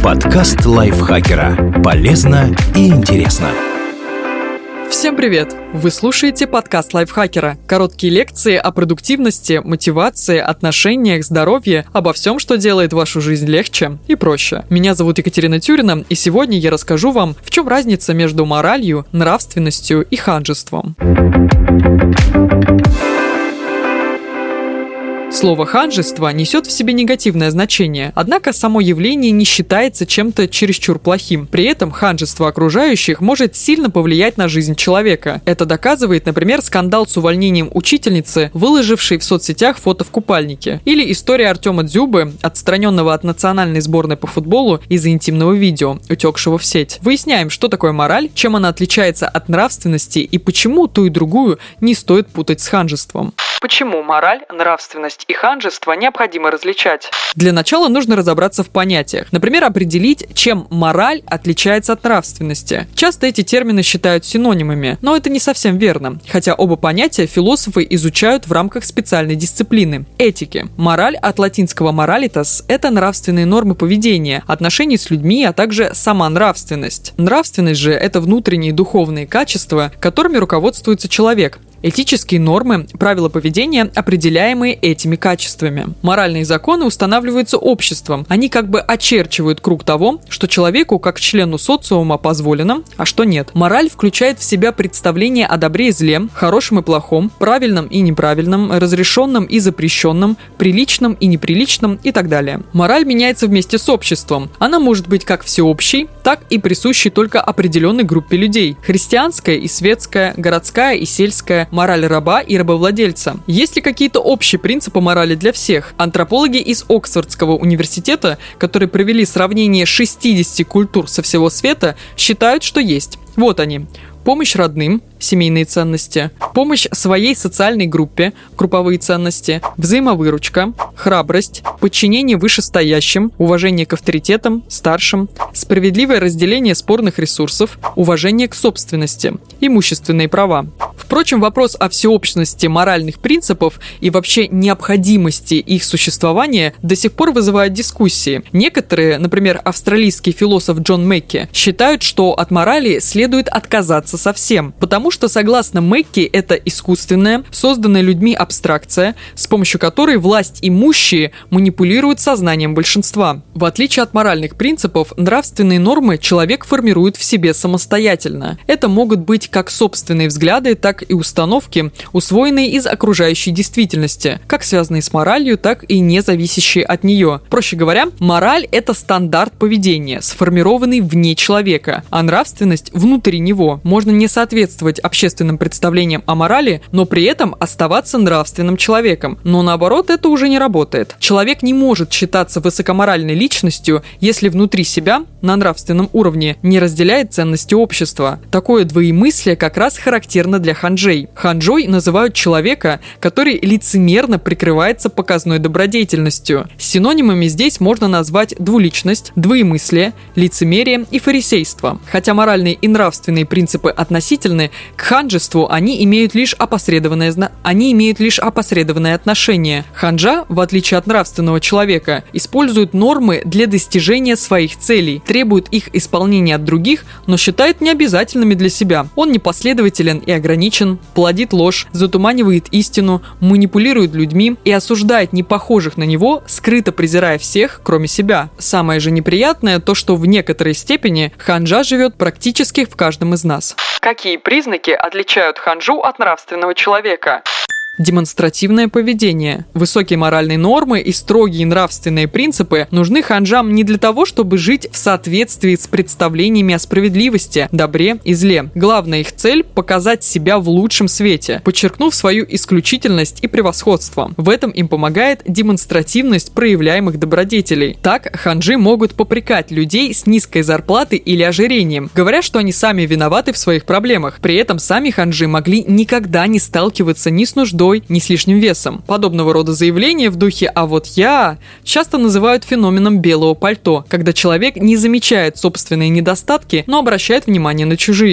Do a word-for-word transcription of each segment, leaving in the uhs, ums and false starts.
Подкаст лайфхакера. Полезно и интересно. Всем привет! Вы слушаете подкаст лайфхакера. Короткие лекции о продуктивности, мотивации, отношениях, здоровье, обо всем, что делает вашу жизнь легче и проще. Меня зовут Екатерина Тюрина, и сегодня я расскажу вам, в чем разница между моралью, нравственностью и ханжеством. Слово «ханжество» несет в себе негативное значение, однако само явление не считается чем-то чересчур плохим. При этом ханжество окружающих может сильно повлиять на жизнь человека. Это доказывает, например, скандал с увольнением учительницы, выложившей в соцсетях фото в купальнике. Или история Артема Дзюбы, отстраненного от национальной сборной по футболу из-за интимного видео, утекшего в сеть. Выясняем, что такое мораль, чем она отличается от нравственности и почему ту и другую не стоит путать с ханжеством. Почему мораль, нравственность и ханжество необходимо различать? Для начала нужно разобраться в понятиях. Например, определить, чем мораль отличается от нравственности. Часто эти термины считают синонимами, но это не совсем верно, хотя оба понятия философы изучают в рамках специальной дисциплины – этики. Мораль от латинского moralitas – это нравственные нормы поведения, отношений с людьми, а также сама нравственность. Нравственность же – это внутренние духовные качества, которыми руководствуется человек. Этические нормы, правила поведения, определяемые этими качествами. Моральные законы устанавливаются обществом. Они как бы очерчивают круг того, что человеку, как члену социума, позволено, а что нет. Мораль включает в себя представление о добре и зле, хорошем и плохом, правильном и неправильном, разрешенном и запрещенном, приличном и неприличном и так далее. Мораль меняется вместе с обществом. Она может быть как всеобщей, так и присущей только определенной группе людей. Христианская и светская, городская и сельская, мораль раба и рабовладельца. Есть ли какие-то общие принципы морали для всех? Антропологи из Оксфордского университета, которые провели сравнение шестидесяти культур со всего света, считают, что есть. Вот они. Помощь родным, семейные ценности, помощь своей социальной группе, групповые ценности, взаимовыручка, храбрость, подчинение вышестоящим, уважение к авторитетам, старшим, справедливое разделение спорных ресурсов, уважение к собственности, имущественные права. Впрочем, вопрос о всеобщности моральных принципов и вообще необходимости их существования до сих пор вызывает дискуссии. Некоторые, например, австралийский философ Джон Мэкки, считают, что от морали следует отказаться совсем, потому что, согласно Мэкки, это искусственная, созданная людьми абстракция, с помощью которой власть имущие манипулируют сознанием большинства. В отличие от моральных принципов, нравственные нормы человек формирует в себе самостоятельно. Это могут быть как собственные взгляды, так и установки, усвоенные из окружающей действительности, как связанные с моралью, так и не зависящие от нее. Проще говоря, мораль – это стандарт поведения, сформированный вне человека, а нравственность – внутри него. Можно не соответствовать общественным представлениям о морали, но при этом оставаться нравственным человеком. Но наоборот, это уже не работает. Человек не может считаться высокоморальной личностью, если внутри себя, на нравственном уровне, не разделяет ценности общества. Такое двоемыслие как раз характерно для ханжей. Ханжой называют человека, который лицемерно прикрывается показной добродетельностью. Синонимами здесь можно назвать двуличность, двоемыслие, лицемерие и фарисейство. Хотя моральные и нравственные принципы относительны, к ханжеству они имеют лишь опосредованное, зна... они имеют лишь опосредованное отношение. Ханжа, в отличие от нравственного человека, использует нормы для достижения своих целей, требует их исполнения от других, но считает необязательными для себя. Он непоследователен и ограничен, плодит ложь, затуманивает истину, манипулирует людьми и осуждает непохожих на него, скрыто презирая всех, кроме себя. Самое же неприятное то, что в некоторой степени ханжа живет практически в каждом из нас. Какие признаки отличают ханжу от нравственного человека? Демонстративное поведение. Высокие моральные нормы и строгие нравственные принципы нужны ханжам не для того, чтобы жить в соответствии с представлениями о справедливости, добре и зле. Главная их цель – показать себя в лучшем свете, подчеркнув свою исключительность и превосходство. В этом им помогает демонстративность проявляемых добродетелей. Так, ханжи могут попрекать людей с низкой зарплатой или ожирением, говоря, что они сами виноваты в своих проблемах. При этом сами ханжи могли никогда не сталкиваться ни с нуждой, едой, ни с лишним весом. Подобного рода заявления в духе «а вот я» часто называют феноменом белого пальто, когда человек не замечает собственные недостатки, но обращает внимание на чужие.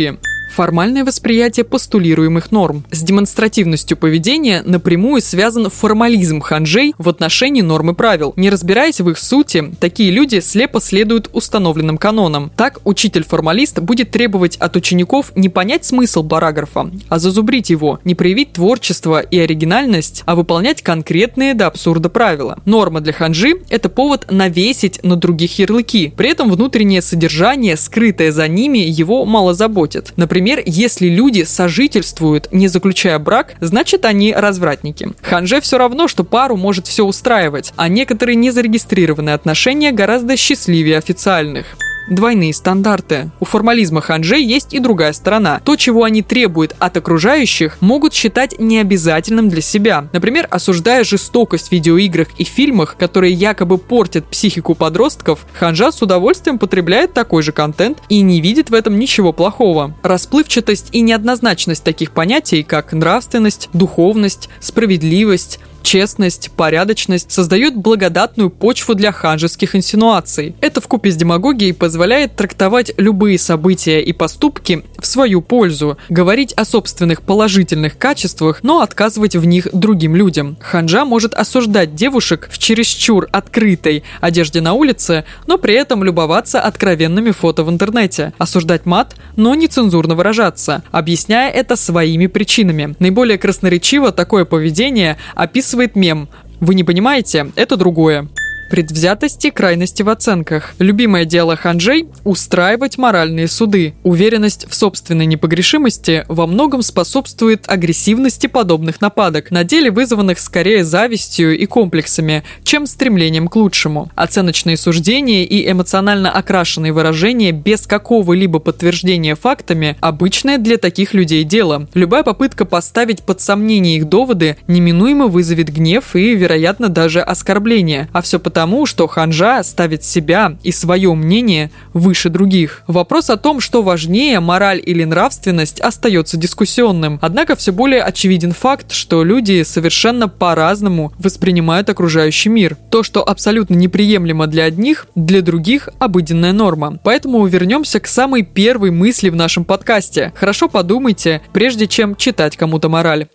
Формальное восприятие постулируемых норм. С демонстративностью поведения напрямую связан формализм ханжей в отношении норм и правил. Не разбираясь в их сути, такие люди слепо следуют установленным канонам. Так, учитель-формалист будет требовать от учеников не понять смысл параграфа, а зазубрить его, не проявить творчество и оригинальность, а выполнять конкретные до абсурда правила. Норма для ханжи – это повод навесить на других ярлыки. При этом внутреннее содержание, скрытое за ними, его мало заботит. Например, если люди сожительствуют, не заключая брак, значит они развратники. Ханже все равно, что пару может все устраивать, а некоторые незарегистрированные отношения гораздо счастливее официальных. Двойные стандарты. У формализма ханжей есть и другая сторона. То, чего они требуют от окружающих, могут считать необязательным для себя. Например, осуждая жестокость в видеоиграх и фильмах, которые якобы портят психику подростков, ханжа с удовольствием потребляет такой же контент и не видит в этом ничего плохого. Расплывчатость и неоднозначность таких понятий, как нравственность, духовность, справедливость, честность, порядочность создают благодатную почву для ханжеских инсинуаций. Это вкупе с демагогией позволяет трактовать любые события и поступки в свою пользу, говорить о собственных положительных качествах, но отказывать в них другим людям. Ханжа может осуждать девушек в чересчур открытой одежде на улице, но при этом любоваться откровенными фото в интернете, осуждать мат, но нецензурно выражаться, объясняя это своими причинами. Наиболее красноречиво такое поведение описывает мем «Вы не понимаете, это другое». Предвзятости и крайности в оценках. Любимое дело ханжей – устраивать моральные суды. Уверенность в собственной непогрешимости во многом способствует агрессивности подобных нападок, на деле вызванных скорее завистью и комплексами, чем стремлением к лучшему. Оценочные суждения и эмоционально окрашенные выражения без какого-либо подтверждения фактами – обычное для таких людей дело. Любая попытка поставить под сомнение их доводы неминуемо вызовет гнев и, вероятно, даже оскорбление. А все потому, Потому что ханжа ставит себя и свое мнение выше других. Вопрос о том, что важнее, мораль или нравственность, остается дискуссионным. Однако все более очевиден факт, что люди совершенно по-разному воспринимают окружающий мир. То, что абсолютно неприемлемо для одних, для других – обыденная норма. Поэтому вернемся к самой первой мысли в нашем подкасте. Хорошо подумайте, прежде чем читать кому-то мораль.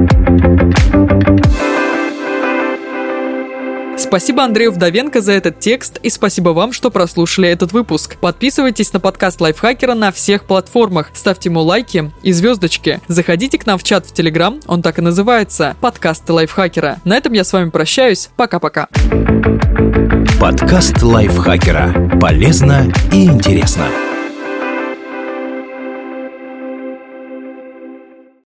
Спасибо Андрею Вдовенко за этот текст и спасибо вам, что прослушали этот выпуск. Подписывайтесь на подкаст Лайфхакера на всех платформах, ставьте ему лайки и звездочки. Заходите к нам в чат в Телеграм, он так и называется – «Подкасты Лайфхакера». На этом я с вами прощаюсь. Пока-пока. Подкаст Лайфхакера. Полезно и интересно.